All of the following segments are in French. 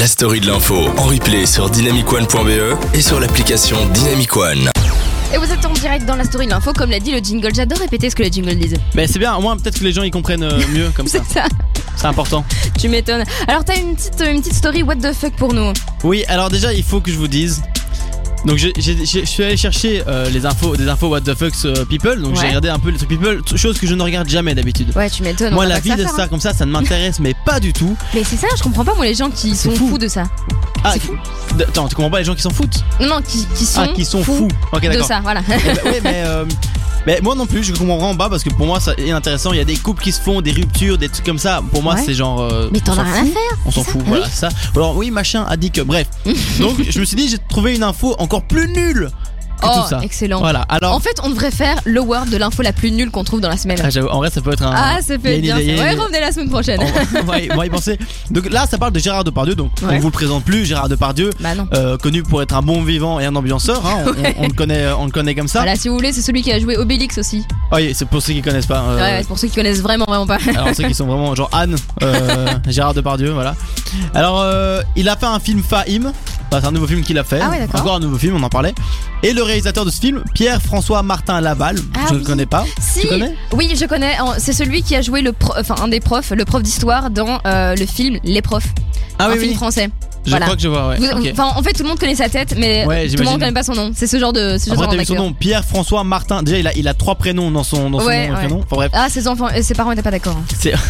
la story de l'info en replay sur dynamicone.be et sur l'application Dynamic One. Et vous êtes en direct dans la story de l'info, comme l'a dit le jingle. J'adore répéter ce que le jingle disait. Mais c'est bien, au moins peut-être que les gens y comprennent mieux comme ça. C'est ça. C'est important. Tu m'étonnes. Alors t'as une petite story what the fuck pour nous. Oui, alors déjà il faut que je vous dise. Donc je suis allé chercher des infos what the fuck people. Donc j'ai regardé un peu les trucs people, chose que je ne regarde jamais d'habitude. Ouais, tu m'étonnes. Moi la vie de ça comme ça ne m'intéresse mais pas du tout. Mais c'est ça, je comprends pas moi les gens qui sont fous de ça. Ah, c'est fou. Attends, tu comprends pas les gens qui s'en foutent? Non, qui sont fous. Ok, d'accord. De ça, voilà. Oui, mais moi non plus, je comprends vraiment pas parce que pour moi ça est intéressant. Il y a des couples qui se font, des ruptures, des trucs comme ça. Pour moi, c'est genre. Mais t'en as rien à faire. On s'en fout, voilà, c'est ça. Alors, oui, machin a dit que. Bref. Donc, je me suis dit, j'ai trouvé une info encore plus nulle. Tout ça. Excellent. Voilà. Alors, en fait, on devrait faire l'award de l'info la plus nulle qu'on trouve dans la semaine. En vrai, ça peut être un. Ah, ça peut être bien. Ouais, revenez la semaine prochaine. On va y penser. Donc là, ça parle de Gérard Depardieu. Donc, on vous le présente plus. Gérard Depardieu, connu pour être un bon vivant et un ambianceur. Hein, on le connaît comme ça. Voilà, si vous voulez, c'est celui qui a joué Obélix aussi. Oui, c'est pour ceux qui connaissent pas. Ouais, c'est pour ceux qui connaissent vraiment pas. Alors ceux qui sont vraiment genre Anne, Gérard Depardieu, voilà. Alors, il a fait un film Fahim. C'est un nouveau film qu'il a fait. Ah ouais, d'accord. Encore un nouveau film, on en parlait. Et le réalisateur de ce film, Pierre-François Martin Laval. Je ne le connais pas. Si. Tu connais? Oui, je connais. C'est celui qui a joué un des profs, le prof d'histoire dans le film Les Profs. Un film français. Je crois que je vois, ouais. En fait, tout le monde connaît sa tête, mais tout le monde connaît pas son nom. C'est ce genre de. Après, t'as vu son nom, Pierre-François Martin. Déjà, il a 3 prénoms dans son nom et prénom. Enfin bref. Ah, ses parents étaient pas d'accord.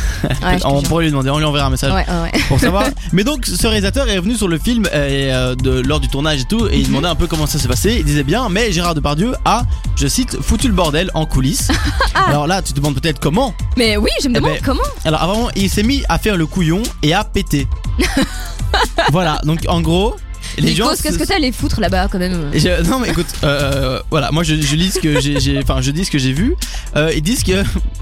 On pourrait lui demander, on lui enverra un message pour savoir. Mais donc, ce réalisateur est revenu sur le film lors du tournage et tout, et il demandait un peu comment ça s'est passé. Il disait bien, mais Gérard Depardieu a, je cite, foutu le bordel en coulisses. Alors là, tu te demandes peut-être comment. Mais oui, je me demande comment. Alors, avant, il s'est mis à faire le couillon et à péter. Voilà, donc en gros, les gens. Qu'est-ce que t'as à les foutre là-bas quand même? Non, mais écoute, voilà, moi je lis ce que je dis ce que j'ai vu. Ils disent que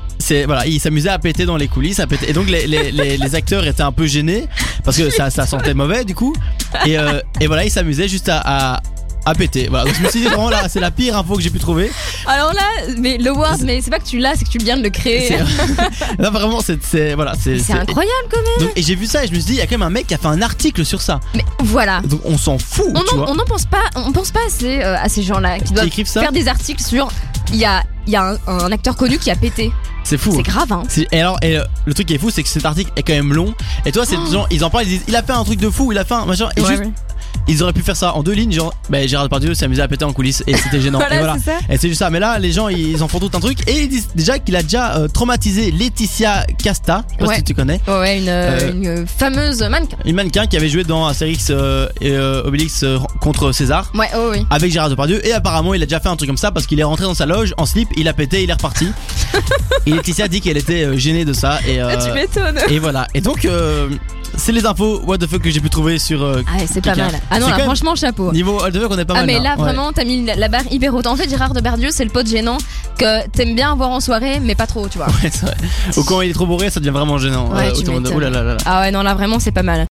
il s'amusait à péter dans les coulisses, et donc les acteurs étaient un peu gênés parce que ça sentait mauvais du coup. Et voilà, ils s'amusaient juste à péter. Voilà, donc je me suis dit vraiment là, c'est la pire info que j'ai pu trouver. Alors là, mais le word, mais c'est pas que tu l'as, c'est que tu viens de le créer. Là vraiment, c'est incroyable quand même. Donc, et j'ai vu ça et je me suis dit, il y a quand même un mec qui a fait un article sur ça. Mais voilà. Donc on s'en fout. On n'en pense pas, assez à ces gens-là qui doivent faire des articles sur. Il y a un acteur connu qui a pété. C'est fou. C'est grave, hein. Et le truc qui est fou, c'est que cet article est quand même long. Et toi, c'est genre, ils en parlent, ils disent, il a fait un truc de fou, il a fait un machin. Et juste. Ils auraient pu faire ça en 2 lignes, genre Gérard Depardieu s'est amusé à péter en coulisses et c'était gênant. voilà. Et c'est juste ça. Mais là, les gens ils en font tout un truc et ils disent déjà qu'il a déjà traumatisé Laetitia Casta. Je sais pas si tu connais. Ouais, une fameuse mannequin. Une mannequin qui avait joué dans Astérix et Obélix contre César. Ouais, avec Gérard Depardieu. Et apparemment, il a déjà fait un truc comme ça parce qu'il est rentré dans sa loge en slip, il a pété, il est reparti. Et Laetitia dit qu'elle était gênée de ça. Et, tu m'étonnes. Et voilà. Et donc. C'est les infos what the fuck que j'ai pu trouver sur c'est pas mal. Ah non là, franchement chapeau. Niveau what the fuck on est pas mal. Ah mais là vraiment t'as mis la barre hyper haute. En fait Gérard Depardieu c'est le pote gênant que t'aimes bien avoir en soirée mais pas trop tu vois. Ouais c'est vrai. Ou quand il est trop bourré ça devient vraiment gênant. Ah ouais non là vraiment c'est pas mal.